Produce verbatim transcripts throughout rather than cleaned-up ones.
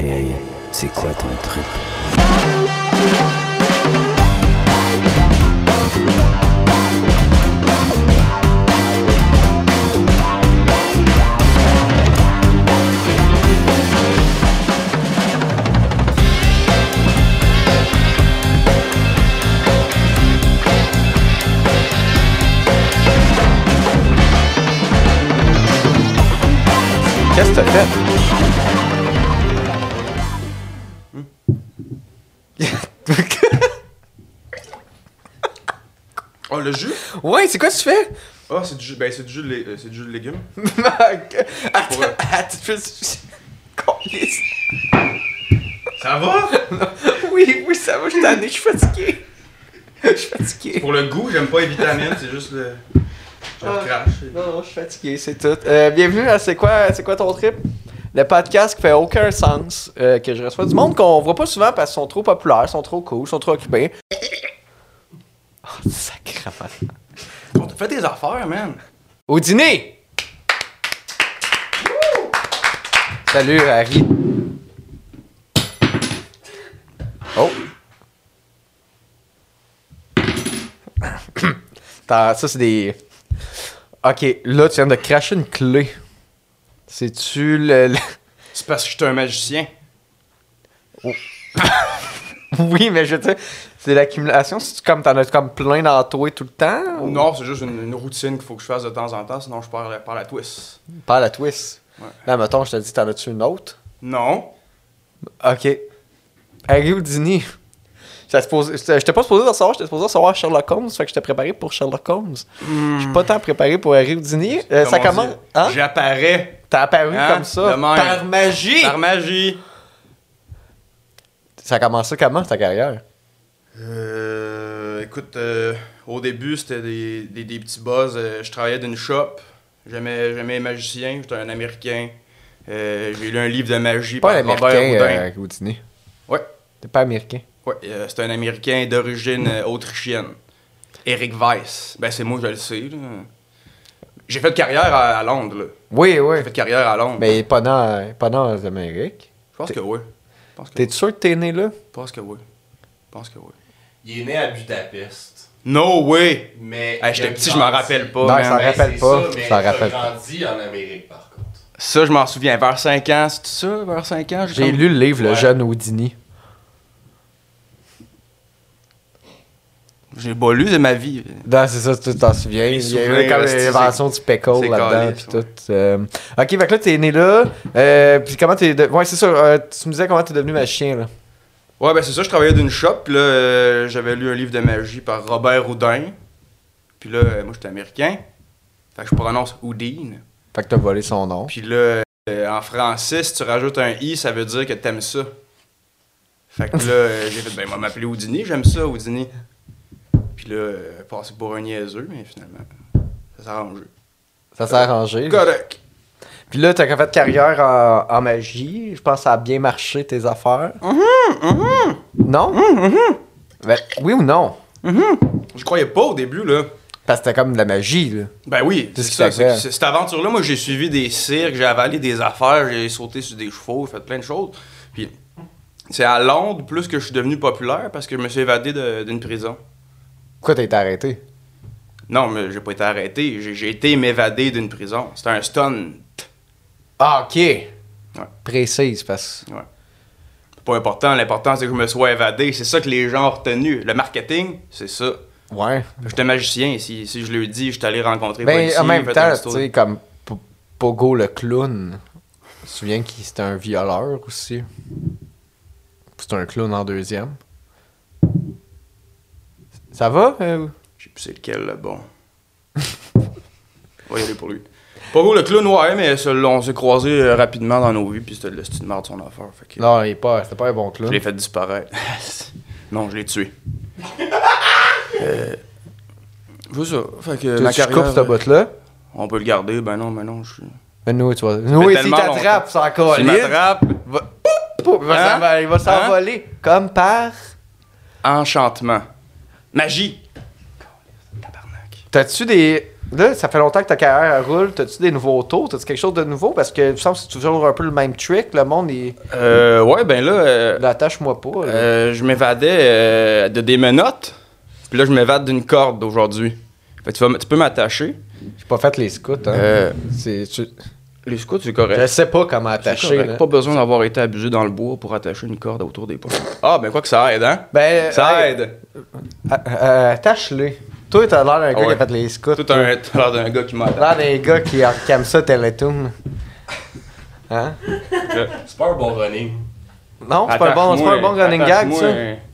Hey, c'est quoi ton trip? Qu'est-ce que t'as fait? Oh, le jus? Ouais, c'est quoi tu fais? Ah, oh, c'est du jus. Ben, c'est du jus de, lé... c'est du jus de légumes. Attends, Pour, euh, attends, tu fais... Ça va? Oui, oui, ça va, je suis tanné, je suis fatigué. Je suis fatigué. Pour le goût, j'aime pas les vitamines, c'est juste le. Je Ah. crache. Non, non, je suis fatigué, c'est tout. Euh, bienvenue à C'est quoi, c'est quoi ton trip? Le podcast qui fait aucun sens, euh, que je reçois du monde qu'on voit pas souvent parce qu'ils sont trop populaires, sont trop cool, sont trop occupés. Oh, sacrément. On t'a fait des affaires, man. Au dîner! Salut, Harry. Oh! Attends, ça, c'est des... Ok, là, tu viens de cracher une clé. C'est-tu le... le... C'est parce que je suis un magicien. Oui, mais je veux dire, c'est l'accumulation. C'est comme t'en as comme plein dans toi tout le temps? Ou... Non, c'est juste une, une routine qu'il faut que je fasse de temps en temps, sinon je pars, par la twist. Pas la twist. Ouais. Là, mettons, je te dis, t'en as-tu une autre? Non. Ok. Harry Houdini. Je t'ai pas supposé de recevoir, j'étais supposé recevoir Sherlock Holmes, fait que j'étais préparé pour Sherlock Holmes. Mm. Je suis pas tant préparé pour Harry Houdini. Euh, ça Comme on commence. dit, Hein? J'apparais T'as apparu Hein? comme ça. De même. Par magie! par magie. Ça a commencé comment ta carrière? Euh, écoute, euh, au début, c'était des, des, des petits buzz. Euh, je travaillais d'une shop. J'aimais, j'aimais les magiciens. J'étais un Américain. Euh, j'ai lu un livre de magie Pas un par Robert américain, Houdin. euh, Houdini. Ouais. T'es pas américain. Ouais, euh, c'est un Américain d'origine euh, autrichienne. Eric Weiss. Ben, c'est moi, je le sais. Là. J'ai fait carrière à, à Londres. Là. Oui, oui. J'ai fait carrière à Londres. Mais pas dans, pas dans les Amériques. Je pense que oui. Je pense que, T'es sûr que t'es né là? je pense que oui. Je pense que oui. Il est né à Budapest. No way! Mais. Hey, j'étais il a petit, je m'en grandi- rappelle pas. Non, man. ça Ben, rappelle c'est pas, Ça, mais ça il a rappelle pas. grandi en Amérique, par contre. Ça, je m'en souviens. Vers cinq ans, c'est ça? Vers cinq ans? J'ai comme- lu le livre Le Ouais. jeune Houdini. J'ai pas lu de ma vie. Non, c'est ça, tu t'en souviens. Les Il y a eu souvenirs, comme c'est- l'invention du pickle c'est là-dedans, caliste, puis ouais. tout. Euh, Ok, fait que là, t'es né là. Euh, puis comment t'es. De... Ouais, c'est ça. euh, tu me disais comment t'es devenu magicien, là. Ouais, ben c'est ça, je travaillais d'une shop, puis là, euh, j'avais lu un livre de magie par Robert Houdin. Puis là, euh, moi, j'étais américain. Fait que je prononce Houdin. Fait que t'as volé son nom. Puis là, euh, en français, si tu rajoutes un i, ça veut dire que t'aimes ça. Fait que là, euh, j'ai fait, ben, il m'a m'appeler Houdini, j'aime ça, Houdini. Puis là, euh, passé pour un niaiseux, mais finalement, ça s'est arrangé. Ça s'est arrangé. Correct. Puis là, t'as fait carrière en, en magie. Je pense que ça a bien marché, tes affaires. Non? Ben, oui ou non? Je croyais pas au début, là. Parce que c'était comme de la magie, là. Ben oui, C'est c'est ce ça. que t'as fait. c'est- c'est- Cette aventure-là, moi, j'ai suivi des cirques, j'ai avalé des affaires, j'ai sauté sur des chevaux, j'ai fait plein de choses. Puis c'est à Londres, plus que je suis devenu populaire, parce que je me suis évadé de- d'une prison. Pourquoi t'as été arrêté? Non, mais j'ai pas été arrêté, j'ai j'ai été m'évader d'une prison. C'était un stunt. Ah, ok. Précise, parce que. Ouais. C'est pas important, l'important c'est que je me sois évadé. C'est ça que les gens ont retenu. Le marketing, c'est ça. Ouais. J'étais magicien, si, si je le dis, je suis allé rencontrer Ben, policiers, en même fait temps, un tu tour. sais, comme P- Pogo le clown, je me souviens qu'il c'était un violeur aussi. C'est un clown en deuxième. Ça va? euh? Je sais plus c'est lequel, là, bon. On va y aller pour lui. Pas gros, le clown, ouais, mais ça, on s'est croisés euh, rapidement dans nos vies, puis c'était le style de merde son affaire. Fait que Non, il est pas, c'était pas un bon je clown. l'ai fait disparaître. Non, je l'ai tué. euh, c'est ça. Fait que Tu, ma tu carrière, coupes cette botte-là? on peut le garder, ben non, ben non, je suis... Ben, nous, tu vas. Nous, s'il tellement t'attrape, c'est encore Il m'attrape, Il va Hein? s'en- il va s'envoler. Comme par. enchantement. Magie. Tabarnak. T'as-tu des. Là, ça fait longtemps que ta carrière roule. T'as-tu des nouveaux tours? T'as-tu quelque chose de nouveau? Parce que, il me semble que c'est toujours un peu le même trick. Le monde, il... Euh, ouais, ben là, euh, L'attache-moi pas. Là. euh, je m'évadais euh, de des menottes. Puis là, je m'évade d'une corde aujourd'hui. Fait que tu, vas, m- tu peux m'attacher. J'ai pas fait les scouts, hein. Euh, C'est... tu- les scouts, c'est correct. Je sais pas comment C'est attacher, correct. là. Pas besoin d'avoir été abusé dans le bois pour attacher une corde autour des poches. Ah, ben quoi que ça aide, hein? Ben, Ça euh, aide. euh, euh, attache-les. Toi, t'as l'air d'un gars Ouais. qui a fait les scouts. Tout un t'as l'air d'un gars qui m'attache. T'as l'air d'un gars qui, qui aime ça, Télétoon. Hein? C'est pas un bon running. Non, c'est pas, un bon, c'est pas un bon running gag, ça.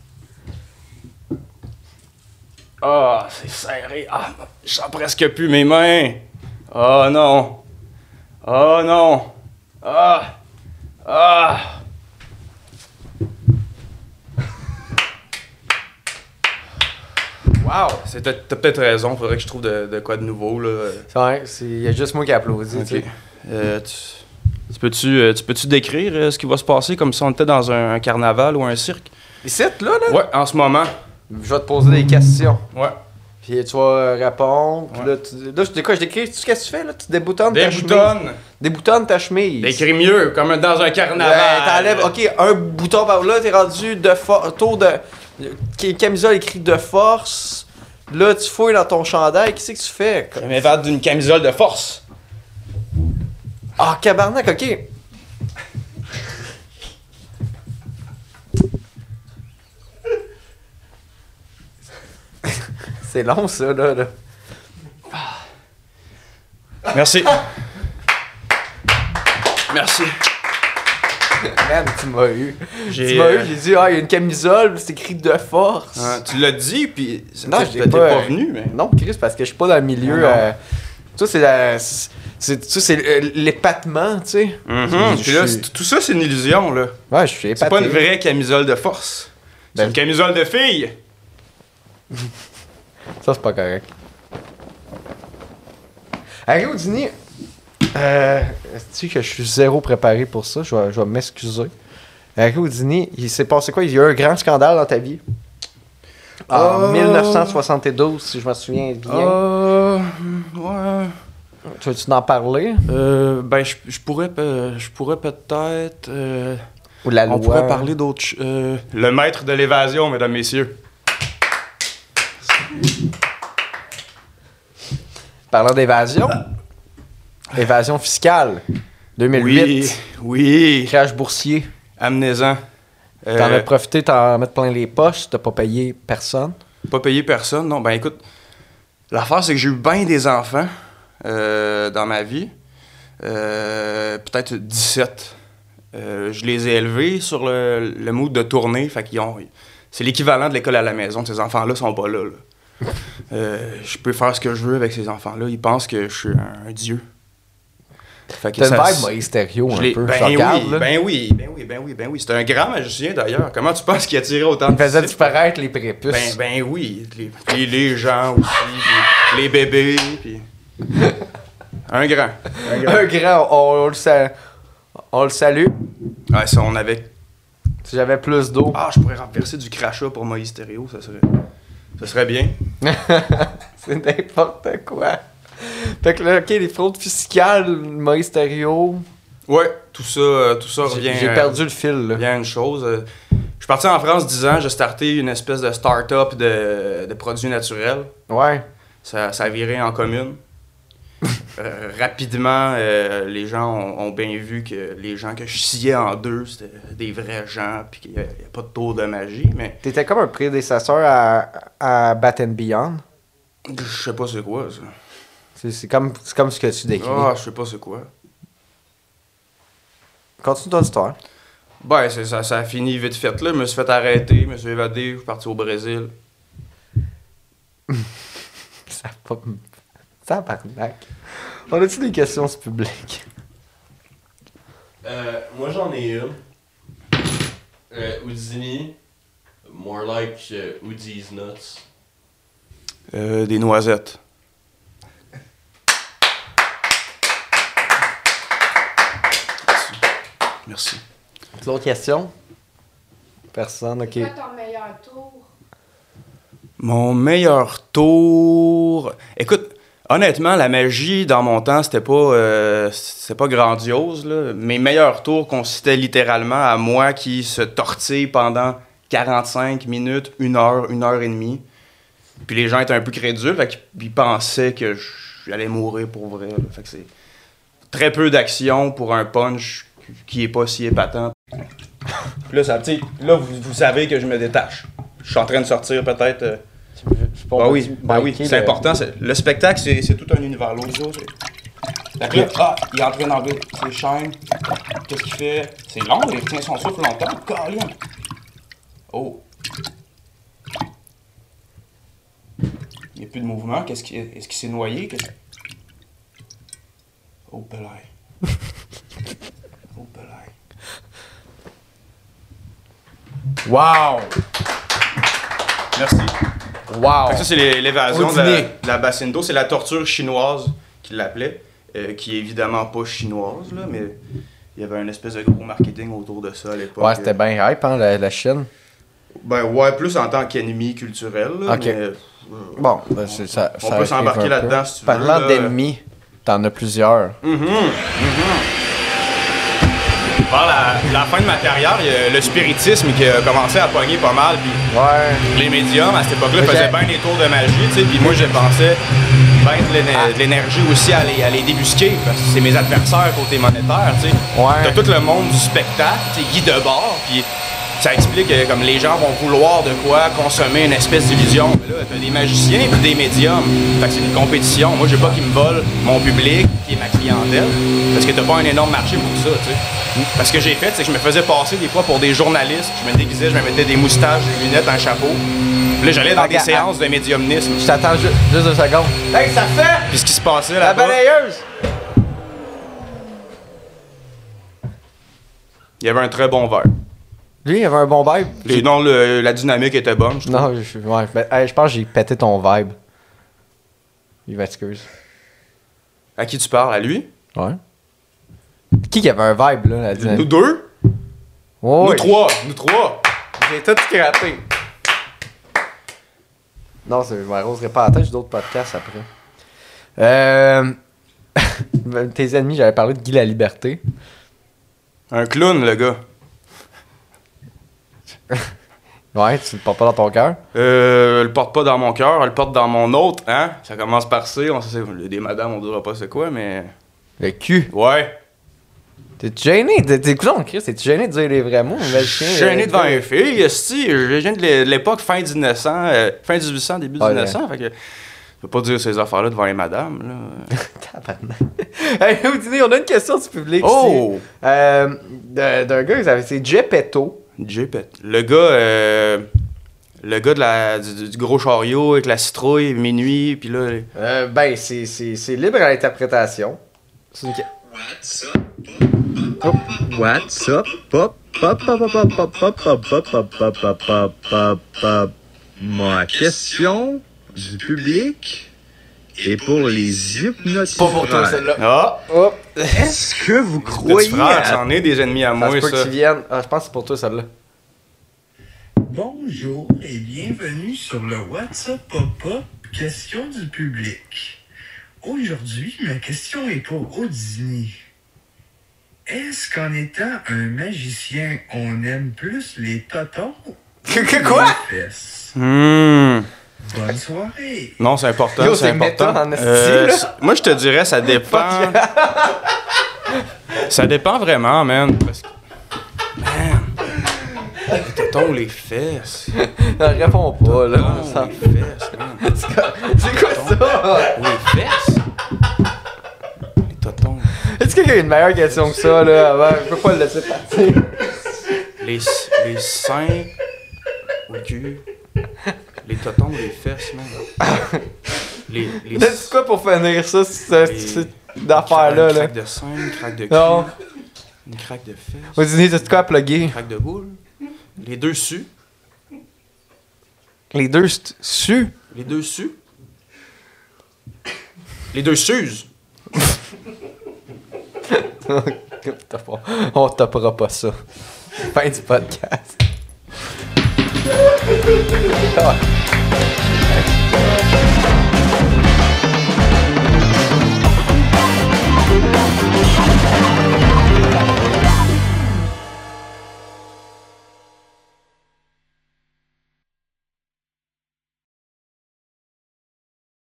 Ah, c'est serré. Ah, je sens presque plus mes mains. Oh non. Oh non. Ah. Ah. Wow! C'est peut- T'as peut-être raison, faudrait que je trouve de, de quoi de nouveau, là. C'est vrai, il y a juste moi qui applaudis, tu Ok. sais. Euh, tu, tu peux-tu euh, tu peux-tu décrire euh, ce qui va se passer comme si on était dans un, un carnaval ou un cirque? Ici, là, là, Ouais, en ce moment. je vais te poser des questions. Ouais. Puis tu vas euh, répondre. Puis Ouais. là, tu, là, je dis quoi, je décris, tu sais qu'est-ce que tu fais, là? Tu déboutonnes Des ta chemise. boutons. Déboutonnes ta chemise. Décris mieux, comme dans un carnaval. Ouais, t'enlèves, ok, un bouton par là, t'es rendu de force, tour de, qui- camisole écrit de force. Là, tu fouilles dans ton chandail, qu'est-ce que tu fais? Je m'évade d'une camisole de force. Ah, cabarnak, ok. C'est long, ça, là. là. Merci. Merci. Man, tu m'as eu. J'ai, Tu m'as eu, euh, j'ai dit, ah, il y a une camisole, c'est écrit de force. Hein, tu l'as dit, puis c'est Non, peut-être je que l'ai t'es pas, pas euh, venu, mais... Non, Chris, parce que je suis pas dans le milieu. Non, non. euh, ça, c'est la. C'est, ça, c'est euh, l'épatement, tu sais. Mhm. Je Puis là, suis- c'est- tout ça, c'est une illusion, là. Ouais, je suis épaté. C'est pas une vraie camisole de force. C'est Ben- une camisole de fille. Ça, c'est pas correct. Harry Houdini, euh, tu sais que je suis zéro préparé pour ça, je vais, je vais m'excuser. Harry Houdini, il s'est passé quoi? Il y a eu un grand scandale dans ta vie. En Oh. mille neuf cent soixante-douze, si je me souviens bien. Euh... Ouais... Tu veux-tu en parler? Euh... Ben, je je pourrais... pe- Je pourrais peut-être... euh, Ou la loi? On pourrait parler d'autres... ch- euh, Le maître de l'évasion, mesdames, messieurs. Parlant d'évasion. Évasion fiscale. deux mille huit. Oui, oui. Crash boursier. Amenez-en. T'en Euh, as profité, t'en mettre plein les poches, t'as pas payé personne. Pas payer personne, non. Ben écoute, l'affaire, c'est que j'ai eu bien des enfants euh, dans ma vie. Euh, peut-être dix-sept. Euh, je les ai élevés sur le, le mood de tournée. Fait qu'ils ont. C'est l'équivalent de l'école à la maison. Ces enfants-là sont pas là. là. Euh, je peux faire ce que je veux avec ces enfants-là. Ils pensent que je suis un, un dieu. Fait que T'as une ça- vibe Maurice Thériault je un l'ai- peu. ben, je regarde, oui, là. ben oui, ben oui, ben oui, ben oui. C'est un grand magicien d'ailleurs. Comment tu penses qu'il a tiré autant Il de faisait cibles? disparaître les prépuces. Ben, ben oui, les, les, les gens aussi, puis les bébés, puis... Un grand. Un grand. Un grand, on, on le sa- on le salue. Ouais, ça, on avait... Si j'avais plus d'eau. Ah, je pourrais renverser du crachat pour Moïse Thériault, ça serait... Ça serait bien. C'est n'importe quoi. Fait que là, ok, les fraudes fiscales, Maurice Thériault. Ouais, tout ça, euh, tout ça J'ai revient... j'ai euh, perdu le fil, là. revient à une chose. euh, Je suis parti en France dix ans, j'ai starté une espèce de start-up de, de produits naturels. Ouais. Ça, ça a viré en commune. Euh, rapidement, euh, les gens ont, ont bien vu que les gens que je sciais en deux, c'était des vrais gens, puis qu'il n'y a, il y a pas de tour de magie, mais T'étais comme un prédécesseur à, à Bat and Beyond. je sais pas c'est quoi ça. C'est c'est comme, c'est comme ce que tu décris. Ah, je sais pas c'est quoi. Continue ton histoire. Ben, c'est- ça, ça a fini vite fait là. Je me suis fait arrêter, je me suis évadé, je suis parti au Brésil. Ça va pas... Tabarnak. On a-tu des questions ce public? Euh, moi j'en ai une. Euh, Houdini. More like uh, Houdini's nuts. Euh, des noisettes. Merci. Merci. L'autre question? Personne, ok. C'est quoi ton meilleur tour? Mon meilleur tour. Écoute, Honnêtement, la magie, dans mon temps, c'était pas, euh, c'était pas grandiose. Là. Mes meilleurs tours consistaient littéralement à moi qui se tortille pendant quarante-cinq minutes, une heure, une heure et demie. Puis les gens étaient un peu crédules, fait qu'ils pensaient que j'allais mourir pour vrai. Là. Fait que c'est très peu d'action pour un punch qui est pas si épatant. Puis là, ça, là vous, vous savez que je me détache. Je suis en train de sortir peut-être... Euh, Bah oui, bah oui, c'est important. C'est, le spectacle, c'est, c'est tout un univers. L'audio, c'est. Fait que là, ah, il est en train d'enlever ses chaînes. Qu'est-ce qu'il fait? C'est long, il retient son souffle longtemps. Colin! Oh! Il n'y a plus de mouvement. Qu'est-ce qu'il, est-ce qu'il s'est noyé? Qu'est-ce... Oh, belay. Oh, belay. Wow! Merci. Wow! Fait que ça, c'est les- l'évasion Au de la, dîner. de la bassine d'eau. C'est la torture chinoise qu'il l'appelait, euh, qui est évidemment pas chinoise, là, mais il y avait un espèce de gros marketing autour de ça à l'époque. Ouais, c'était bien hype, hein, la, la Chine. Ben ouais, plus en tant qu'ennemi culturel, là, Ok. mais... euh, Bon, ben, c'est ça. on ça peut arrive s'embarquer un peu. là-dedans si tu veux. Parlant là. d'ennemis, t'en as plusieurs. Mhm, mhm. Vers la, la fin de ma carrière, il y a le spiritisme qui a commencé à pogner pas mal, puis Ouais. les médiums, à cette époque-là, Ok. faisaient bien des tours de magie, tu sais, puis moi, je dépensais bien de l'éner- de l'énergie aussi à les, à les débusquer, parce que c'est mes adversaires côté monétaire, tu sais. Ouais. T'as tout le monde du spectacle, tu sais, Guy Debord, puis ça explique que comme les gens vont vouloir de quoi consommer une espèce d'illusion. Mais là, t'as des magiciens et des médiums. Fait que c'est une compétition. Moi, je veux pas qu'ils me volent mon public, qui est ma clientèle, parce que t'as pas un énorme marché pour ça, tu sais. Parce que j'ai fait, c'est que je me faisais passer des fois pour des journalistes. Je me déguisais, je me mettais des moustaches, des lunettes, un chapeau. Puis là, j'allais dans des Regarde, séances de médiumnisme. Je t'attends ju- juste deux secondes. Hey, ça fait! Puis ce qui se passait La là-bas, balayeuse! il y avait un très bon verre. Lui, il avait un bon vibe. Les, non, le- la dynamique était bonne, je trouve. Non, je, ouais, mais, hey, je pense que j'ai pété ton vibe. Il m'excuse. À qui tu parles? À lui? Ouais. Qui qui avait un vibe, là, la Nous dynamique? deux? Ouais, Nous ouais. trois! Nous trois! J'ai tout scrappé. Non, c'est- je m'arroserai pas à la tête, j'ai d'autres podcasts après. Euh... Tes ennemis, j'avais parlé de Guy la Liberté. Un clown, le gars. Ouais, tu le portes pas dans ton cœur. Euh, le porte pas dans mon cœur, elle le porte dans mon autre, hein? Ça commence par C, on sait, des madames, on dira pas c'est quoi, mais... Le cul. Ouais. T'es gêné? T'es t'es- écoute, Chris, t'es gêné de dire les vrais mots? Je suis gêné devant une fille, esti, je viens de l'é- de l'époque fin mille neuf cents, euh, fin dix-huit cents, début Ouais, mille neuf cents, fait que... Je peux pas dire ces affaires-là devant les madames, là. Tabarnak. Hey, au dîner, on a une question du public Oh! ici. Euh, de- d'un gars, il avait- c'est Geppetto. J-Pet. Le gars, euh, le gars de la, du, du gros chariot avec la citrouille, minuit, puis là... Euh, ben, c'est, c'est, c'est libre à l'interprétation. C'est une... What's up? Pop, pop, pop, pop, pop, pop, pop, pop, pop, pop, pop, pop, pop, pop, pop. Ma question du public est pour les hypnotiseurs. Pas pour toi, celle-là. Ah! Oh, Est-ce que vous Petit croyez frère, à... c'en est des ennemis à ça moi, se peut ça. qu'ils viennent. Ah, je pense que c'est pour toi, celle-là. Bonjour et bienvenue sur le WhatsApp Pop-Up Question du public. Aujourd'hui, ma question est pour Odini. Est-ce qu'en étant un magicien, on aime plus les totons ou Quoi? les fesses? Hmm. Bonne soirée! Non, c'est important, Yo, c'est c'est important. méta en esti, Euh, là. c- moi, je te dirais, ça dépend. Ça dépend vraiment, man. Parce que... Man. Les tétons ou les fesses? Non, réponds pas, là. Non, Ça- les fesses, man. C'est quoi ça? Ou les fesses? Les totons. Est-ce qu'il y a une meilleure question que ça, là, avant? Je peux pas le laisser partir. Les, les seins. Ou le cul. Les totons ou les fesses, man. Les. les C'est quoi pour finir ça, cette, Les- cette affaire-là, Une là? craque de sein, une craque de cul. Non. Une craque de fesses. Vas-y, t'as quoi à plugger? Une craque de boule. Les deux su. Les deux st- su? Les deux su. Les deux suses. T'as pas- On topera pas ça. Fin du podcast. Ah. Bye.